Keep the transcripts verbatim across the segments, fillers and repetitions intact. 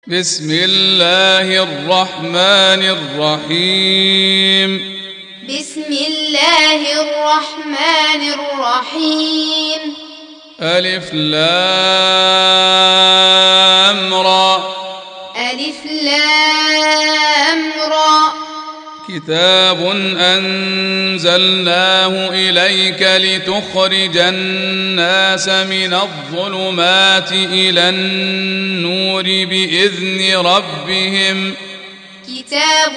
بسم الله الرحمن الرحيم بسم الله الرحمن الرحيم ألف لام را ألف لام را كتاب أنزلناه إليك لتخرج الناس من الظلمات إلى النور بإذن ربهم كتاب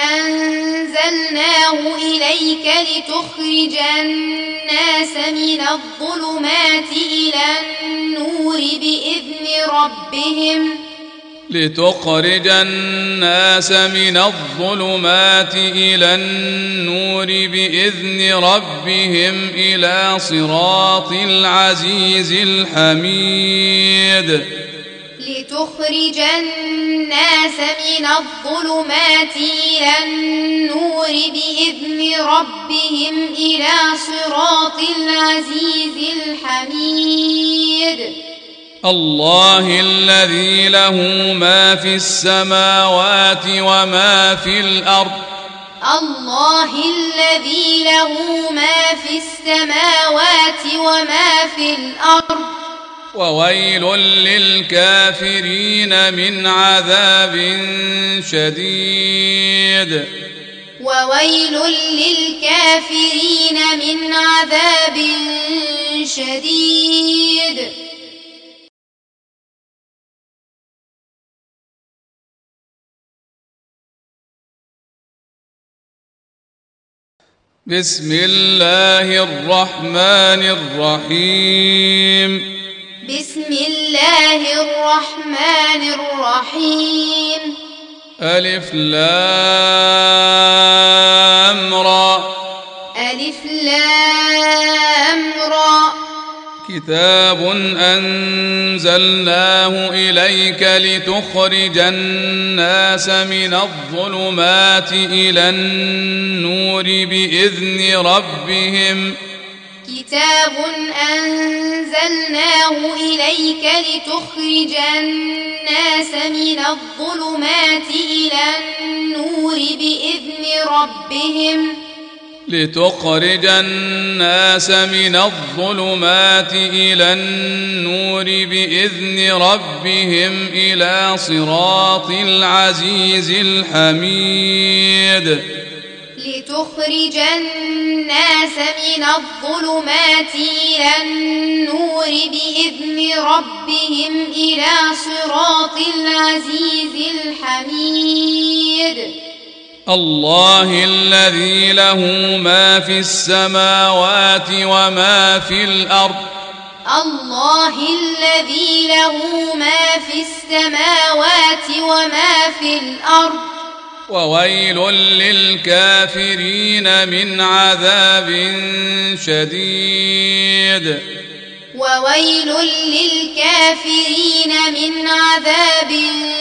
أنزلناه إليك لتخرج الناس من الظلمات إلى النور بإذن ربهم لتخرج الناس من الظلمات إلى النور بإذن ربهم إلى صراط العزيز الحميد لتخرج الناس من الظلمات إلى النور بإذن ربهم إلى صراط العزيز الحميد الله الذي له ما في السماوات وما في الأرض الله الذي له ما في السماوات وما في الأرض وويل للكافرين من عذاب شديد وويل للكافرين من عذاب شديد بسم الله الرحمن الرحيم بسم الله الرحمن الرحيم ألف لام را ألف لام را كتاب أنزلناه إليك لتخرج الناس من الظلمات إلى النور بإذن ربهم كتاب أنزلناه إليك لتخرج الناس من الظلمات إلى النور بإذن ربهم لتخرج الناس من الظلمات إلى النور بإذن ربهم إلى صراط العزيز الحميد لتخرج الناس من الظلمات إلى النور بإذن ربهم إلى صراط العزيز الحميد الله الذي له ما في السماوات وما في الأرض الله الذي له ما في السماوات وما في الأرض وويل للكافرين من عذاب شديد وويل للكافرين من عذاب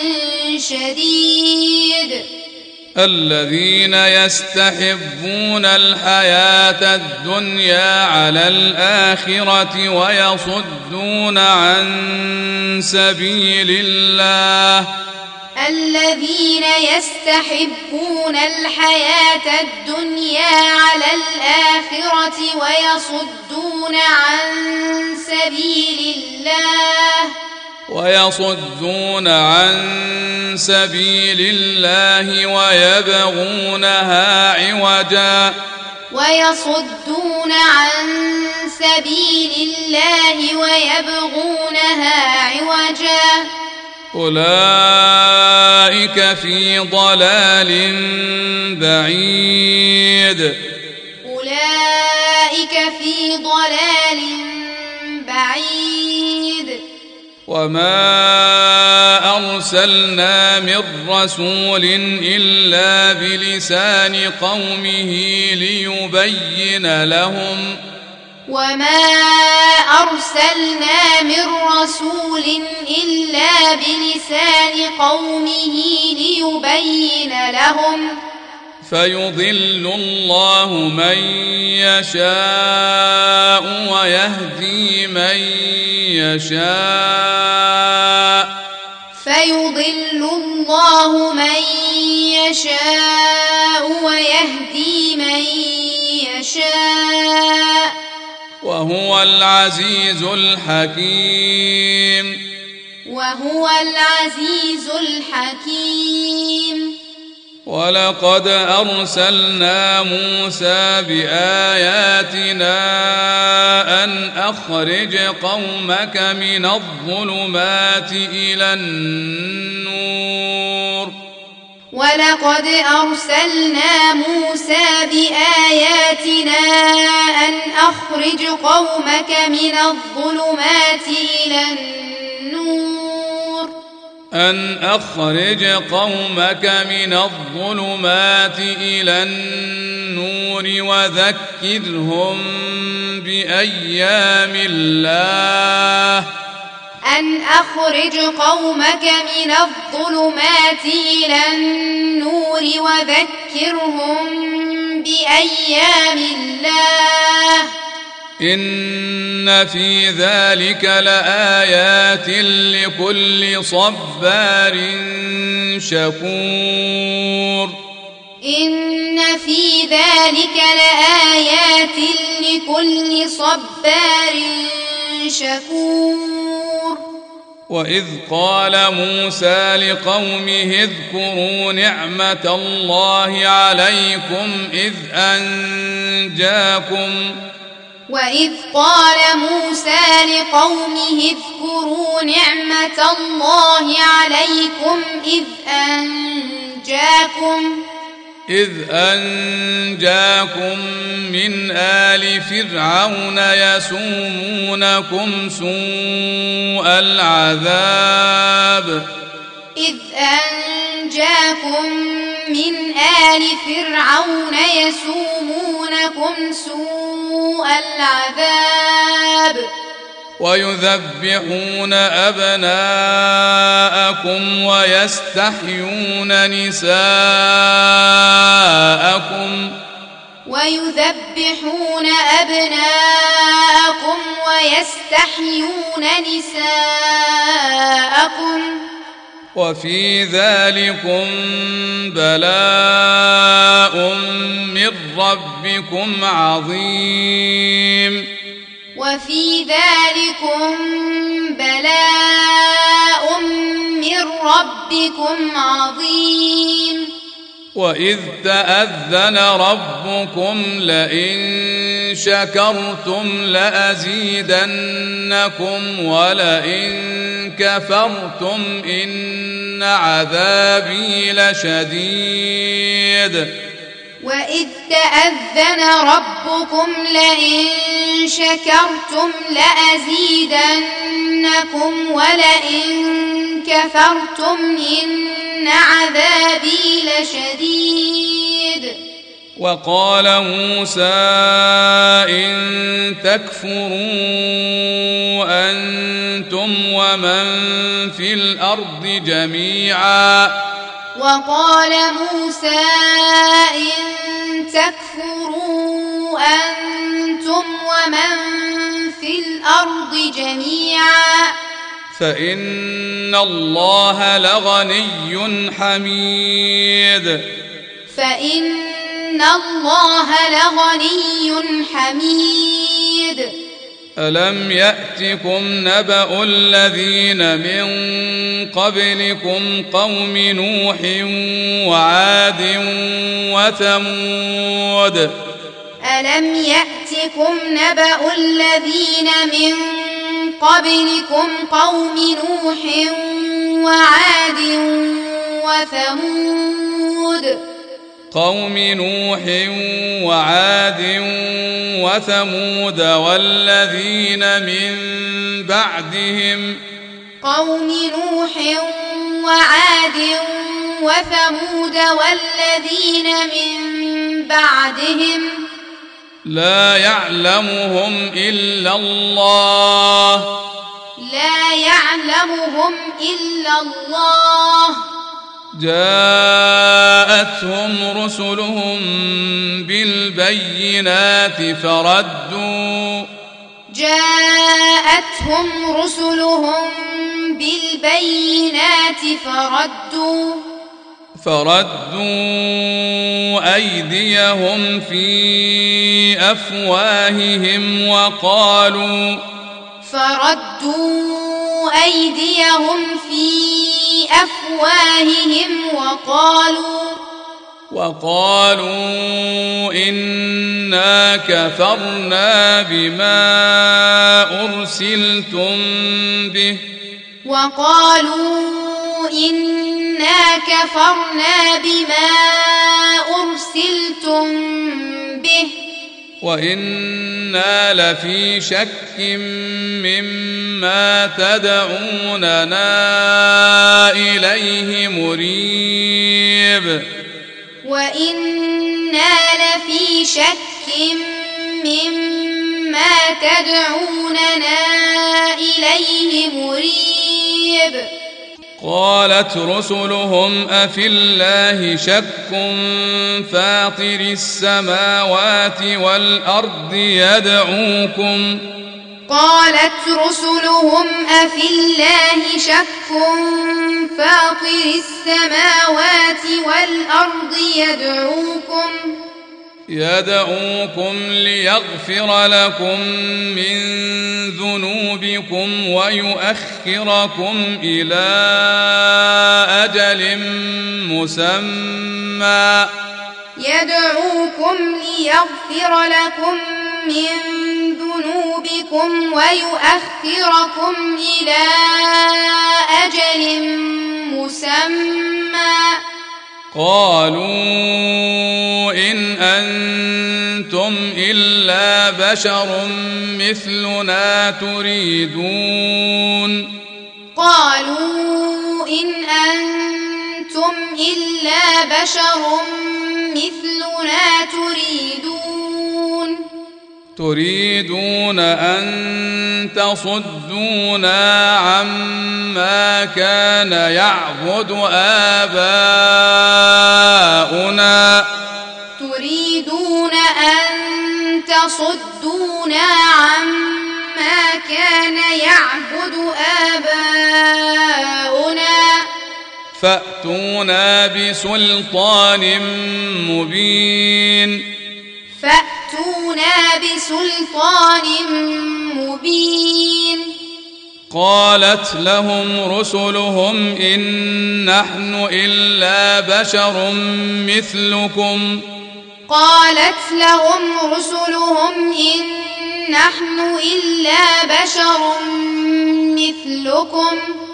شديد الذين يستحبون الحياة الدنيا على الآخرة ويصدون عن سبيل الله الذين يستحبون الحياة الدنيا على الآخرة ويصدون عن سبيل الله ويصدون عن سبيل الله ويبغونها عوجا ويصدون عن سبيل الله ويبغونها عوجا أولئك في ضلال بعيد أولئك في ضلال بعيد وما أرسلنا من رسول إلا بلسان قومه ليبين لهم وما أرسلنا من رسول إلا بلسان قومه ليبين لهم فيضل الله من يشاء ويهدي من يشاء فيضل الله من يشاء ويهدي من يشاء وهو العزيز الحكيم وهو العزيز الحكيم ولقد أرسلنا موسى بآياتنا أن أخرج قومك من الظلمات إلى النور ولقد أرسلنا موسى بآياتنا أن أخرج قومك من الظلمات إلى النور أن أخرج قومك من الظلمات إلى النور وذكرهم بأيام الله أن أخرج قومك من الظلمات إلى النور وذكرهم بأيام الله إن في ذلك لآيات لكل صبار شكور إن في ذلك لآيات لكل صبار شكور وإذ قال موسى لقومه اذكروا نعمة الله عليكم إذ أنجاكم وإذ قال موسى لقومه اذكروا نعمة الله عليكم إذ أنجاكم إذ أنجاكم من آل فرعون يسومونكم سوء العذاب إذ أنجاكم من آل فرعون يسومونكم سوء العذاب ويذبحون أبناءكم ويستحيون نساءكم ويذبحون أبناءكم ويستحيون نساءكم وفي ذلكم بلاء من ربكم عظيم وفي ذلكم بلاء من ربكم عظيم وإذ تأذن ربكم لئن شكرتم لأزيدنكم ولئن كفرتم إن عذابي لشديد وإذ تأذن ربكم لئن شكرتم لأزيدنكم ولئن كفرتم إن عذابي لشديد وقال موسى إن تكفروا أنتم ومن في الأرض جميعا وقال موسى إن تكفروا أنتم ومن في الأرض جميعا فإن الله لغني حميد فإن الله لغني حميد ألم يأتكم نبأ الذين من قبلكم قوم نوح وعاد وثمود ألم يأتكم نبأ الذين من قبلكم قوم نوح وعاد وثمود قوم نوح وعاد وثمود والذين من بعدهم قوم نوح وعاد وثمود والذين من بعدهم لا يعلمهم إلا الله لا يعلمهم إلا الله جاءتهم رسلهم بالبينات فردوا جاءتهم رسلهم بالبينات بالبينات فردوا فردوا أيديهم في أفواههم وقالوا فردوا أيديهم في أفواههم وقالوا وقالوا إنا كفرنا بما أرسلتم به وقالوا إنا كفرنا بما أرسلتم به وإنا لفي شك مما تدعوننا إليه مريب وإنا لفي شك مما تدعوننا إليه مريب قالت رسلهم أفي الله شك فاطر السماوات والأرض يدعوكم قالت رسلهم أفي الله شك فاطر السماوات والأرض يدعوكم يدعوكم ليغفر لكم من ذنوبكم ويؤخركم إلى أجل مسمى يدعوكم ليغفر لكم من ذنوبكم ويؤخركم إلى أجل مسمى قالوا إن أنتم إلا بشر مثلنا تريدون قالوا إن أنتم إلا بشر مثلنا تريدون تريدون أن تصدونا عما كان يعبد آباؤنا تريدون أن تصدونا عما كان يعبد آباؤنا فأتونا بسلطان مبين فأتونا بسلطان مبين قالت لهم رسلهم إن نحن إلا بشر مثلكم قالت لهم رسلهم إن نحن إلا بشر مثلكم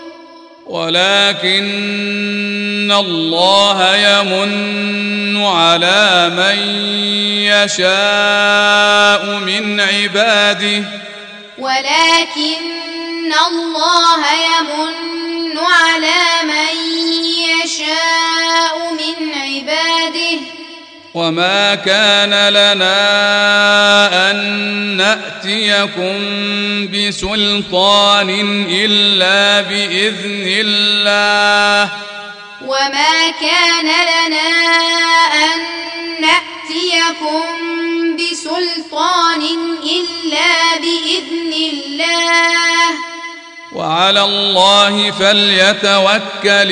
ولكن الله يمن على من يشاء من عباده ولكن الله يمن على من يشاء من عباده وما كان لنا أن نأتيكم بسلطان إلا بإذن الله وما كان لنا أن نأتيكم بسلطان إلا بإذن الله وعلى الله فليتوكل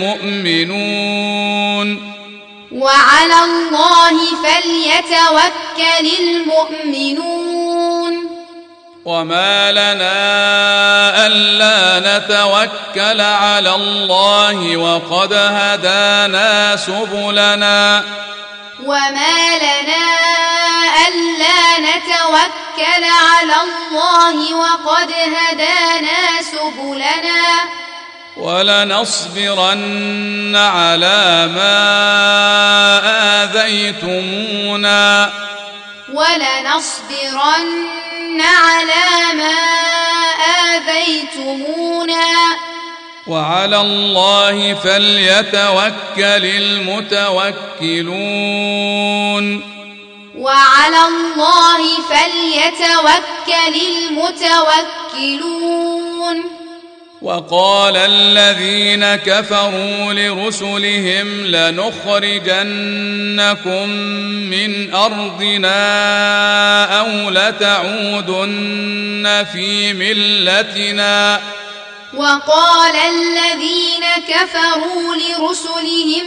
المؤمنون وعلى الله فليتوكل المؤمنون وما لنا ألا نتوكل على الله وقد هدانا سبلنا وما لنا ألا نتوكل على الله وقد هدانا سبلنا ولنصبرن على ما آذيتمونا ولنصبرن على ما آذيتمونا وعلى الله فليتوكل المتوكلون وعلى الله فليتوكل المتوكلون وقال الذين كفروا لرسلهم لنخرجنكم من أرضنا أو لتعودن في ملتنا وقال الذين كفروا لرسلهم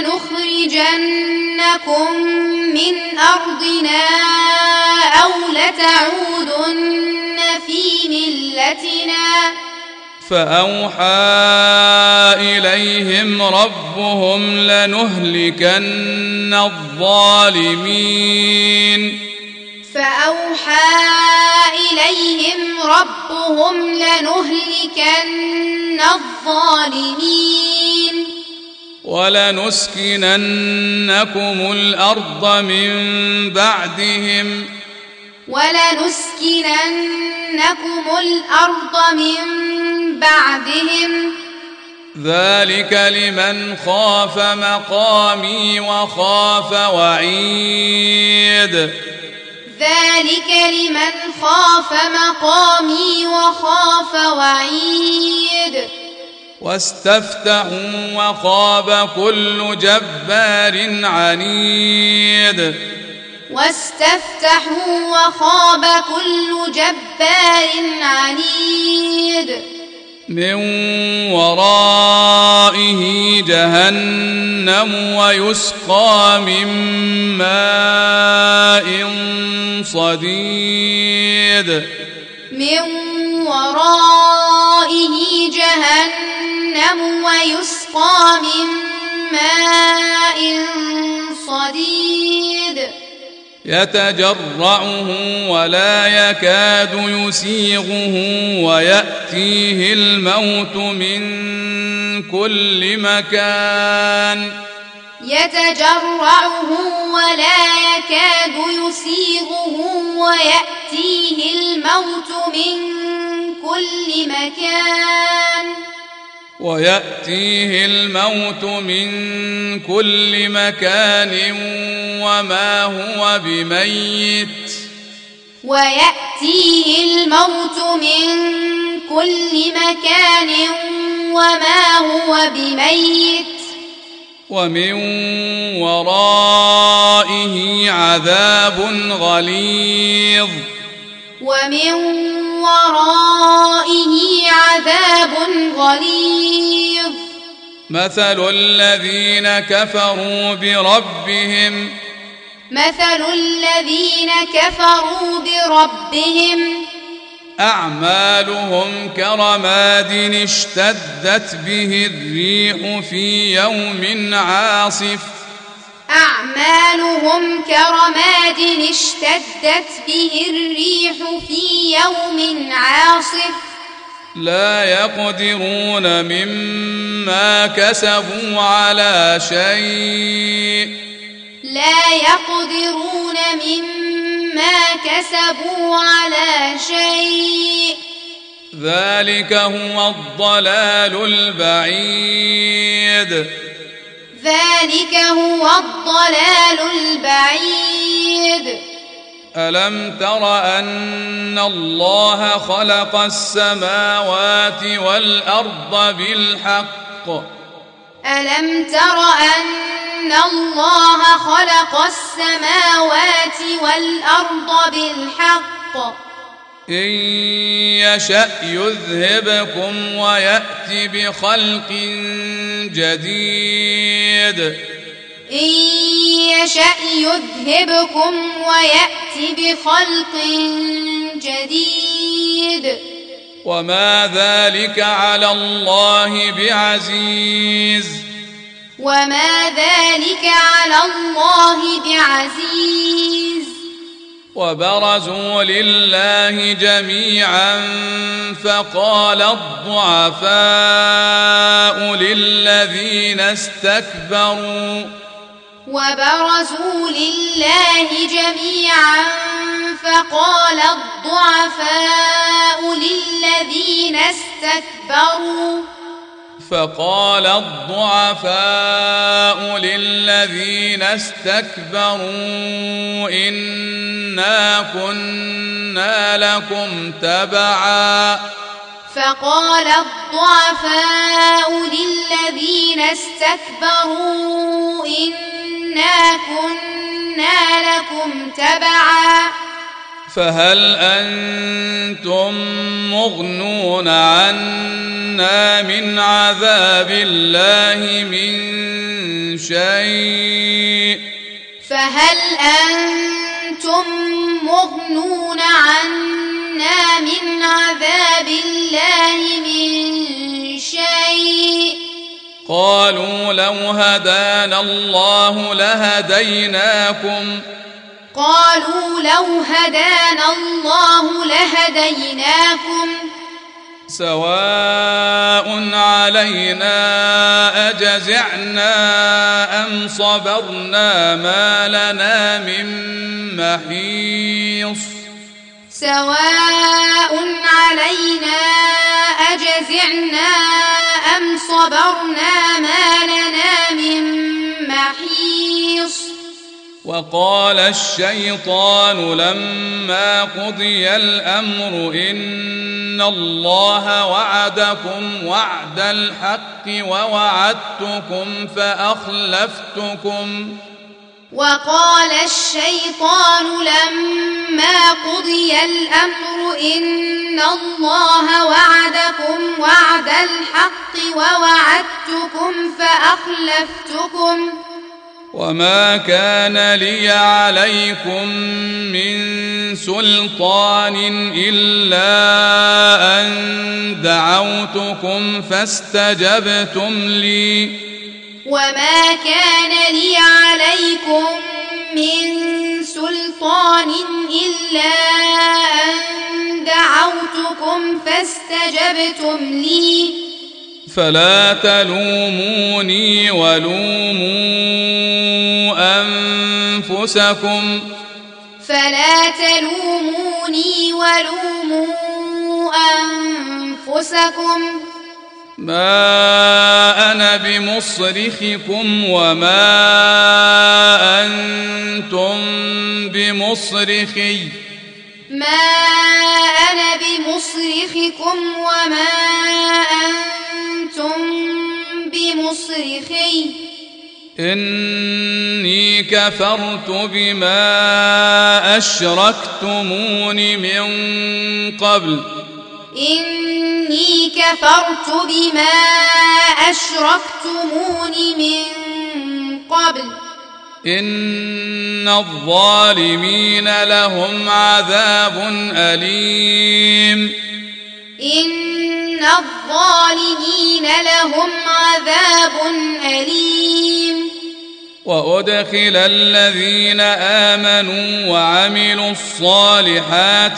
لنخرجنكم من أرضنا أو لتعودن في ملتنا فأوحى إليهم ربهم لنهلكن الظالمين فأوحى إليهم ربهم لنهلكن الظالمين ولنسكننكم الأرض من بعدهم ولنسكننكم الأرض من بعدهم ذلك لمن خاف مقامي وخاف وعيد ذلك لمن خاف مقامي وخاف وعيد واستفتحوا وخاب كل جبار عنيد واستفتحوا وخاب كل جبار عنيد من ورائه جهنم ويسقى من ماء صديد من ورائه جهنم ويسقى من ماء صديد يتجرعه ولا يكاد يسيغه ويأتيه الموت من كل مكان يتجرعه ولا يكاد يسيغه ويأتيه الموت من كل مكان ويأتيه الموت من كل مكان وما هو بميت ويأتيه الموت من كل مكان وما هو بميت ومن ورائه عذاب غليظ ومن ورائه عذاب غليظ مثل الذين كفروا بربهم مثل الذين كفروا بربهم أعمالهم كرماد اشتدت به الريح في يوم عاصف أعمالهم كرماد اشتدت به الريح في يوم عاصف لا يقدرون مما كسبوا على شيء لا يقدرون مما كسبوا على شيء ذلك هو الضلال البعيد ذلك هو الضلال البعيد ألم تر أن الله خلق السماوات والأرض بالحق ألم تر أن الله خلق السماوات والأرض بالحق إن يشأ يذهبكم ويأتي بخلق جديد إن يشأ يذهبكم ويأتي بخلق جديد وما ذلك على الله بعزيز وما ذلك على الله بعزيز وبرزوا لله جميعا فقال الضعفاء للذين استكبروا وبرزوا لله جميعا فقال الضعفاء للذين استكبروا فقال الضعفاء للذين استكبروا إنا كنا لكم تبعا فقال الضعفاء للذين استكبروا إنا كنا لكم تبعا فهل أنتم مغنون عنا من عذاب الله من شيء فهل أنتم مغنون عنا من عذاب الله من شيء قالوا لو هدانا الله لهديناكم قالوا لو هدانا الله لهديناكم سواء علينا أجزعنا أم صبرنا ما لنا من محيص سواء علينا أجزعنا أم صبرنا ما لنا من محيص وقال الشيطان لما قضي الأمر إن الله وعدكم وعد الحق ووعدتكم فأخلفتكم وقال الشيطان لما قضي الأمر إن الله وعدكم وعد الحق ووعدتكم فأخلفتكم وما كان لي عليكم من سلطان إلا أن دعوتكم فاستجبتم لي وما كان لي عليكم من سلطان إلا أن دعوتكم فاستجبتم لي فلا تلوموني ولوموا أنفسكم فلا تلوموني ولوموا أنفسكم ما أنا بمصرخكم وما أنتم بمصرخي ما أنا بمصرخكم وما أنتم بمصرخي إني كفرت بما أشركتمون من قبل إني كفرت بما أشركتمون من قبل إن الظالمين لهم عذاب أليم إن الظالمين لهم عذاب أليم وأدخل الذين آمنوا وعملوا الصالحات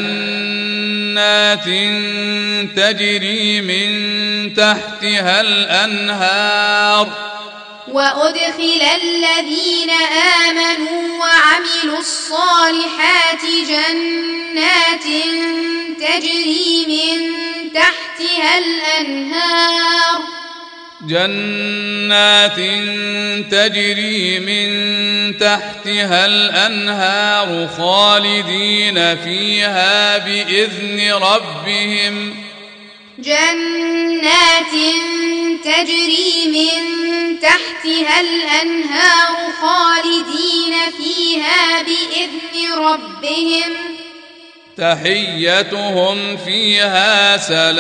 جنات تجري من تحتها الأنهار وأدخل الذين آمنوا وعملوا الصالحات جنات تجري من تحتها الأنهار جنات تجري من تحتها الأنهار خالدين فيها بإذن ربهم جنات تجري من تحتها الأنهار خالدين فيها بإذن ربهم تحيتهم فيها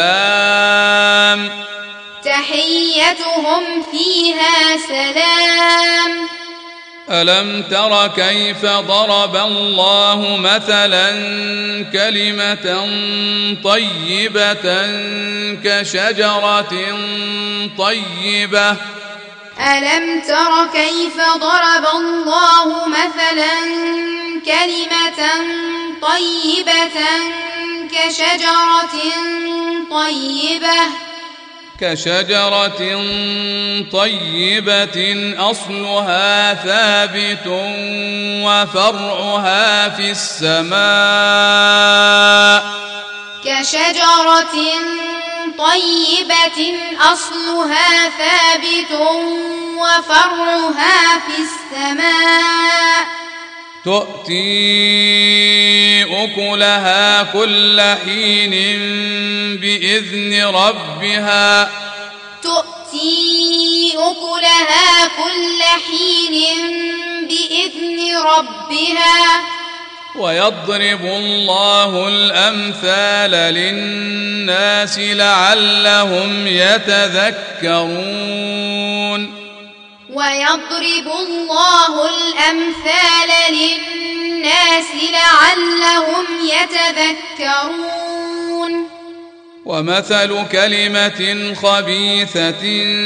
سلام تحيتهم فيها سلام ألم تر كيف ضرب الله مثلا كلمة طيبة كشجرة طيبة ألم تر كيف ضرب الله مثلا كلمة طيبة كشجرة طيبة كشجرة طيبة أصلها ثابت وفرعها في السماء كشجرة طيبة أصلها ثابت وفرعها في السماء تؤتي أكلها كل حين بإذن ربها تؤتي أكلها كل حين بإذن ربها ويضرب الله الأمثال للناس لعلهم يتذكرون ويضرب الله الأمثال للناس لعلهم يتذكرون ومثل كلمة خبيثة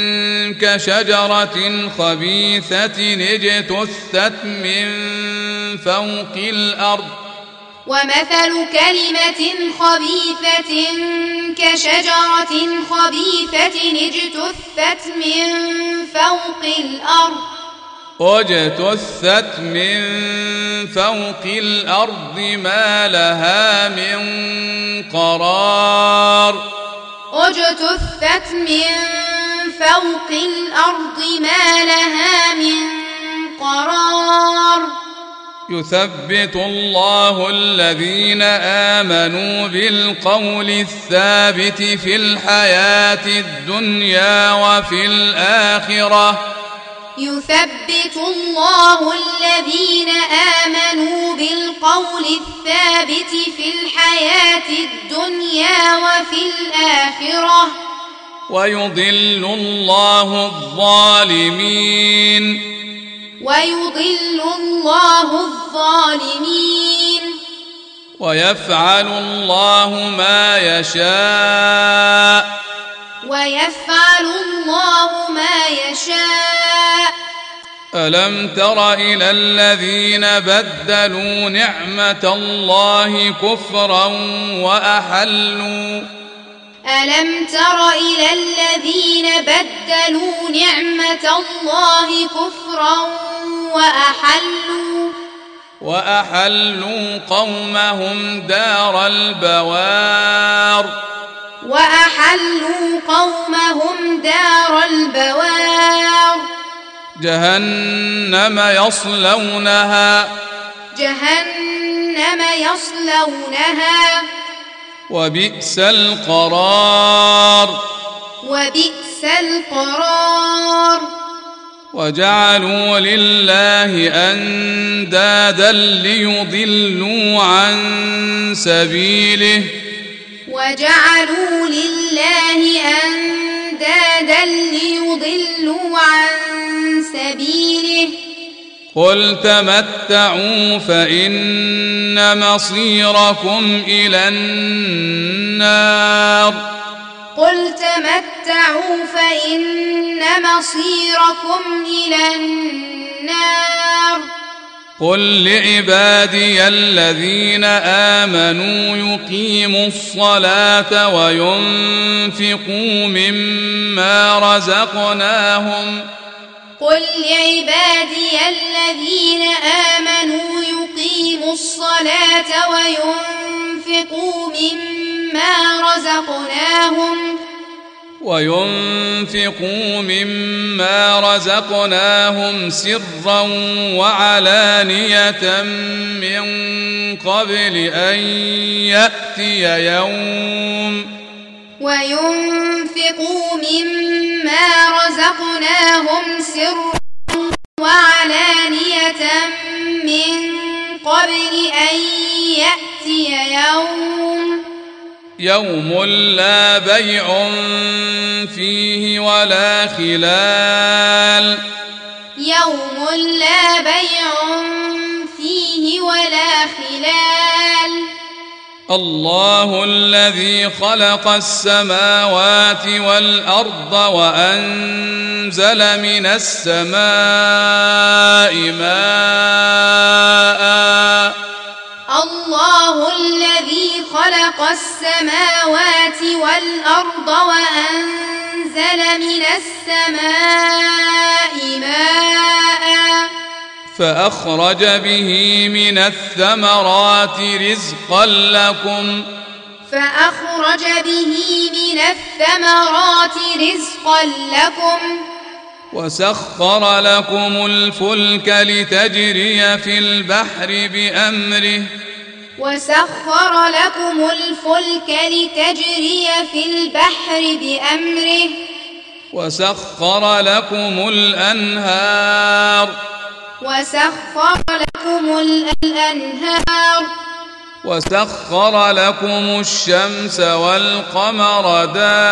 كشجرة خبيثة اجتثت من فوق الأرض ومثل كلمة خبيثة كشجرة خبيثة اجتثت من فوق الأرض اجتثت من فوق الأرض ما لها من قرار اجتثت من فوق الأرض ما لها من قرار يثبت الله الذين آمنوا بالقول الثابت في الحياة الدنيا وفي الآخرة يثبت الله الذين آمنوا بالقول الثابت في الحياة الدنيا وفي الآخرة ويضل الله الظالمين ويضل الله الظالمين ويفعل الله ما يشاء ويفعل الله ما يشاء ألم تر إلى الذين بدلوا نعمة الله كفرا وأحلوا ألم تر إلى الذين بدلوا نعمة الله كفرا وأحلوا وأحلوا قومهم دار البوار وأحلوا قومهم دار البوار جهنم يصلونها جهنم يصلونها وبئس القرار وبئس القرار وجعلوا لله أندادا ليضلوا عن سبيله وجعلوا لله أندادا ليضلوا عن سبيله قل تمتعوا فإن مصيركم إلى النار قل تمتعوا فإن مصيركم إلى النار قل لعبادي الذين آمنوا يقيموا الصلاة وينفقوا مما رزقناهم قل لعبادي الذين آمنوا يقيموا الصلاة وينفقوا مما رزقناهم وينفقوا مما رزقناهم سرا وعلانية من قبل أن يأتي يوم وينفقوا مما رزقناهم سرا وعلانية من قبل أن يأتي يوم يوم لا بيع فيه ولا خلال يوم لا بيع فيه ولا خلال الله الذي خلق السماوات والأرض وأنزل من السماء ماء الله الذي خلق السماوات والأرض وأنزل من السماء ماء فأخرج به من الثمرات رزقا لكم فأخرج به من الثمرات رزقا لكم وسخر لكم الفلك لتجري في البحر بأمره وسخر لكم الفلك لتجري في البحر بأمره وسخر لكم الأنهار وسخر لكم الأنهار وسخر لكم الشمس والقمر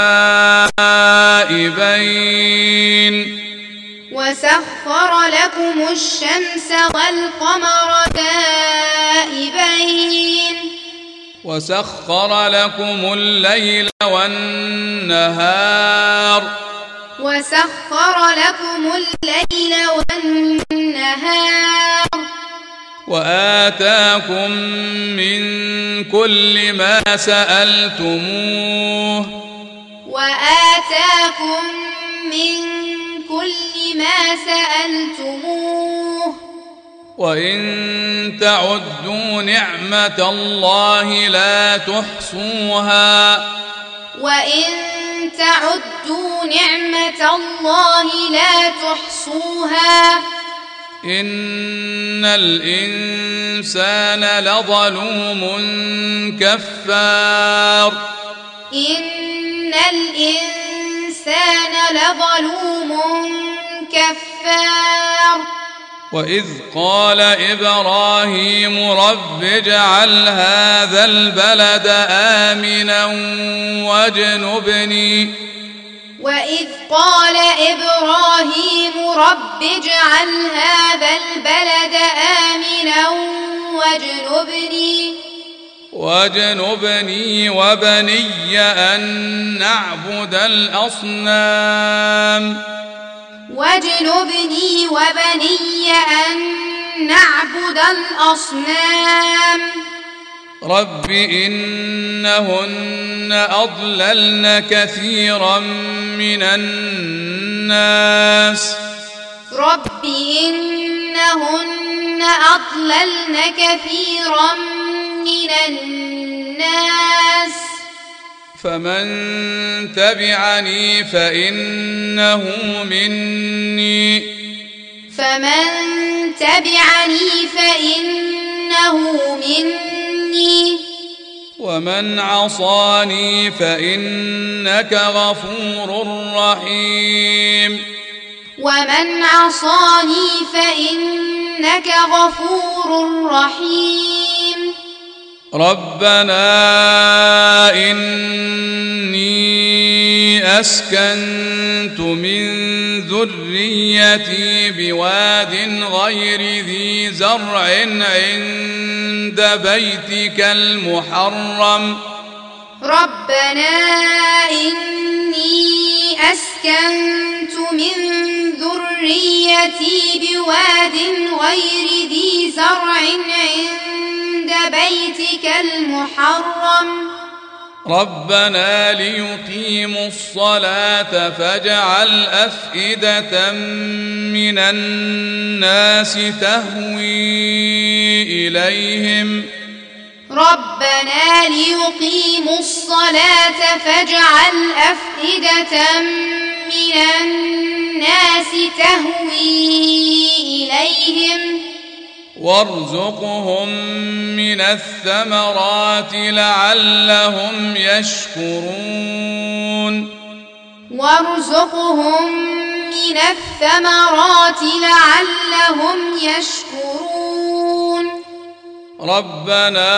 دائبين وسخر لكم الشمس والقمر دائبين وسخر لكم الليل والنهار وسخر لكم الليل والنهار وآتاكم من كل ما سألتموه وآتاكم من كل ما سألتموه وإن تعدوا نعمة الله لا تحصوها وإن تعدوا نعمة الله لا تحصوها إن الإنسان لظلوم كفار إن الإنسان لظلوم كفار وإذ قال إبراهيم رب اجعل هذا البلد آمنا واجنبني وإذ قال إبراهيم رب اجعل هذا البلد آمنا واجنبني واجنبني وبني أن نعبد الأصنام واجنبني وبني أن نعبد الأصنام رب إنهن أضللن كثيرا من الناس رب إنهن أضللن كثيرا من الناس فمن تبعني فإنه مني فمن تبعني فإنه مني ومن عصاني فإنك غفور رحيم ومن عصاني فإنك غفور رحيم ربنا إني أسكنت من ذريتي بواد غير ذي زرع عند بيتك المحرم ربنا إني أسكنت من ذريتي بواد غير ذي زرع عند بيتك المحرم ربنا ليقيموا الصلاة فاجعل أفئدة من الناس تهوي إليهم ربنا ليقيموا الصلاة فاجعل أفئدة من الناس تهوي إليهم وارزقهم من الثمرات لعلهم يشكرون وارزقهم من الثمرات لعلهم يشكرون ربنا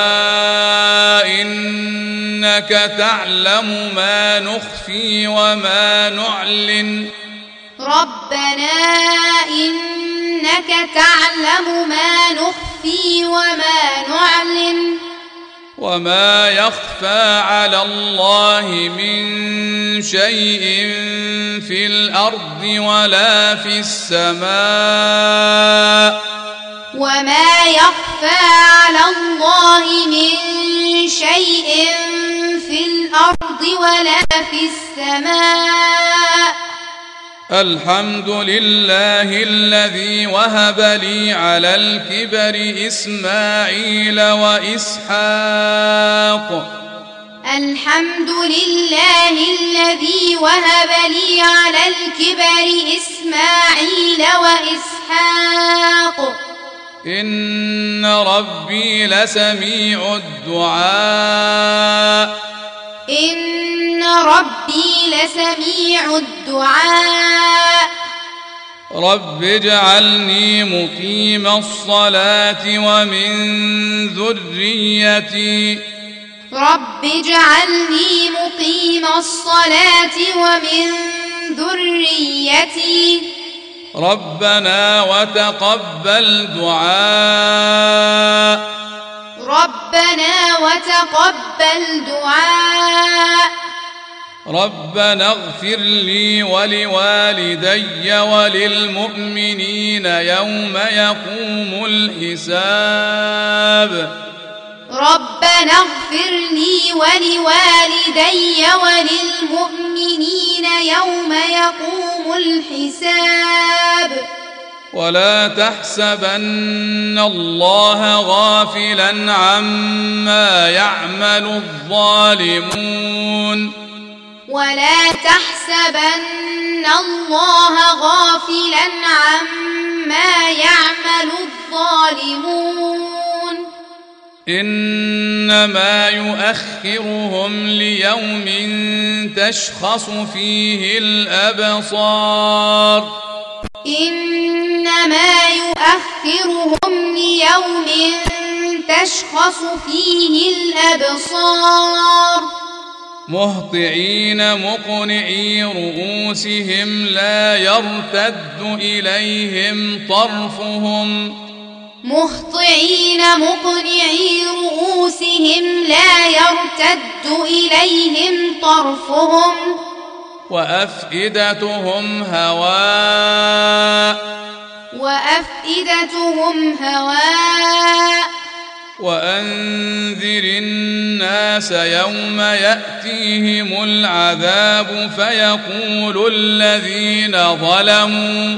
إنك تعلم ما نخفي وما نعلن ربنا إنك تعلم ما نخفي وما نعلن وما يخفى على الله من شيء في الأرض ولا في السماء وما يخفى على الله من شيء في الأرض ولا في السماء الحمد لله الذي وهب لي على الكبر إسماعيل وإسحاق الحمد لله الذي وهب لي على الكبر إسماعيل وإسحاق إن ربي لسميع الدعاء إن ربي لسميع الدعاء رب اجعلني مقيم الصلاة ومن ذريتي رب اجعلني مقيم الصلاة ومن ذريتي ربنا وتقبل دعاء ربنا وتقبل دعاء ربنا اغفر لي ولوالدي وللمؤمنين يوم يقوم الحساب ربنا اغفر لي ولوالدي وللمؤمنين يوم يقوم الحساب ولا تحسبن الله غافلا عما يعمل الظالمون ولا تحسبن الله غافلا عما يعمل الظالمون إنما يؤخرهم ليوم تشخص فيه الأبصار إنما يؤخرهم ليوم تشخص فيه الأبصار مهطعين مقنعي رؤوسهم لا يرتد إليهم طرفهم مهطعين مقنعي رؤوسهم لا يرتد إليهم طرفهم وأفئدتهم هواء وأفئدتهم هواء وأنذر الناس يوم يأتيهم العذاب فيقول الذين ظلموا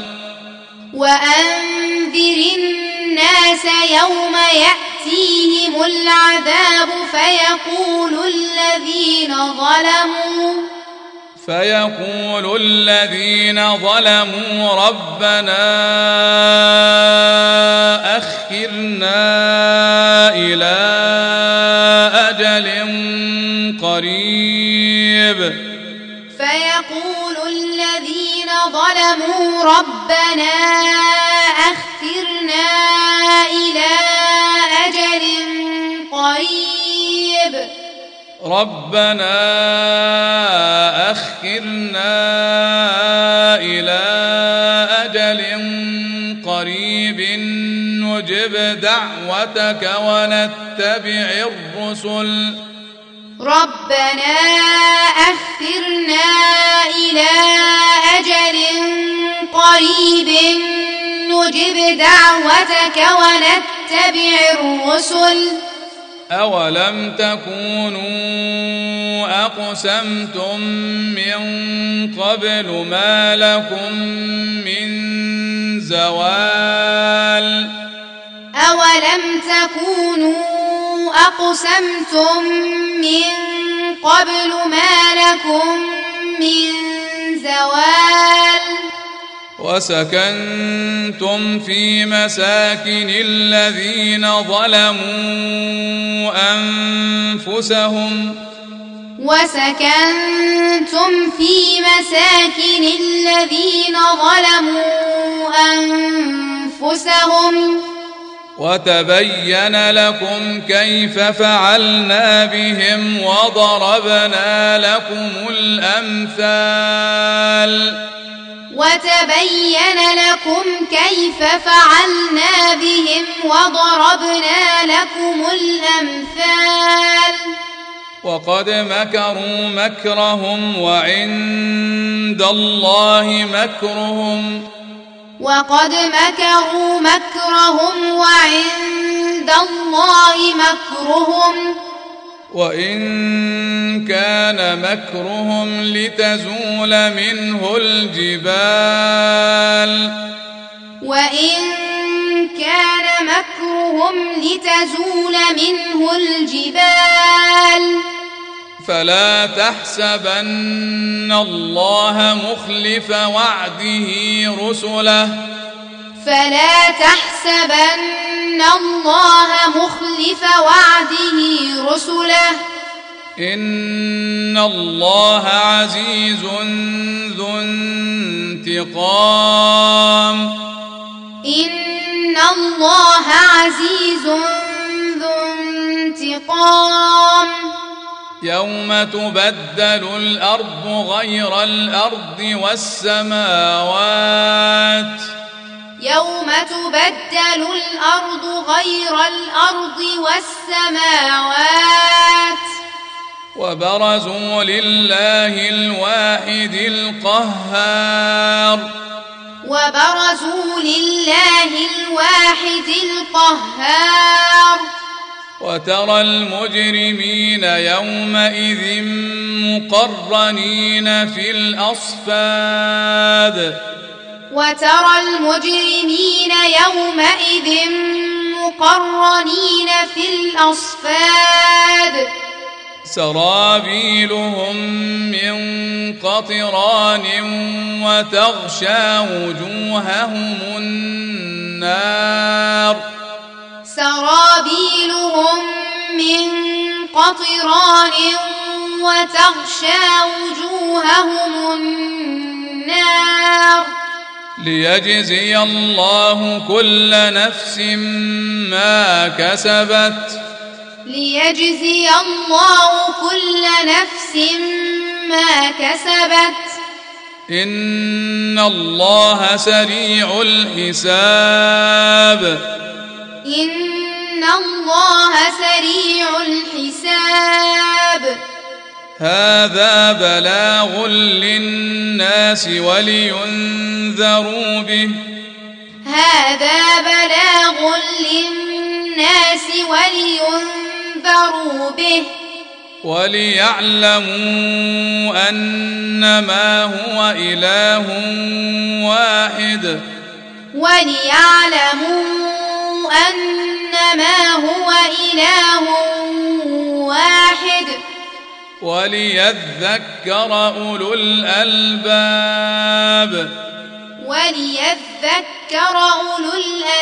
وأنذر الناس يوم يأتيهم العذاب فيقول الذين ظلموا فيقول الذين ظلموا ربنا أخرنا إلى أجل قريب فيقول الذين ظلموا ربنا أخرنا إلى أجل قريب ربنا أخرنا إلى أجل قريب نجب دعوتك ونتبع الرسل ربنا أخرنا إلى أجل قريب نجب دعوتك ونتبع الرسل أولم تكونوا أقسمتم من قبل ما لكم من زوال أولم تكونوا أقسمتم من قبل ما لكم من زوال وسكنتم في مساكن الذين ظلموا أنفسهم وسكنتم في مساكن الذين ظلموا أنفسهم وتبين لكم كيف فعلنا بهم وضربنا لكم الأمثال وتبين لكم كيف فعلنا بهم وضربنا لكم الأمثال وقد مكروا مكرهم وعند الله مكرهم وقد مكروا مكرهم وعند الله مكرهم وإن كان مكرهم لتزول منه الجبال وإن كان مكرهم لتزول منه الجبال فلا تحسبن الله مخلف وعده رسله فلا تحسبن الله مخلف وعده رسله إن الله عزيز ذو انتقام إن الله عزيز ذو انتقام يوم تبدل الأرض غير الأرض والسماوات يوم تبدل الأرض غير الأرض والسماوات وبرزوا لله الواحد القهار وبرزوا لله الواحد القهار وترى المجرمين يومئذ مقرنين في الأصفاد وترى المجرمين يومئذ مقرنين في الأصفاد سرابيلهم من قطران وتغشى وجوههم النار سرابيلهم من قطران وتغشى وجوههم النار ليجزي الله كل نفس ما كسبت ليجزي الله كل نفس ما كسبت إن الله سريع الحساب إن الله سريع الحساب هذا بلاغ للناس ولينذروا به هذا بلاغ للناس ولينذروا به وليعلموا أنما هو إله واحد وليعلموا أنما هو إله واحد وليذكر أولو الألباب وليذكر أولو الألباب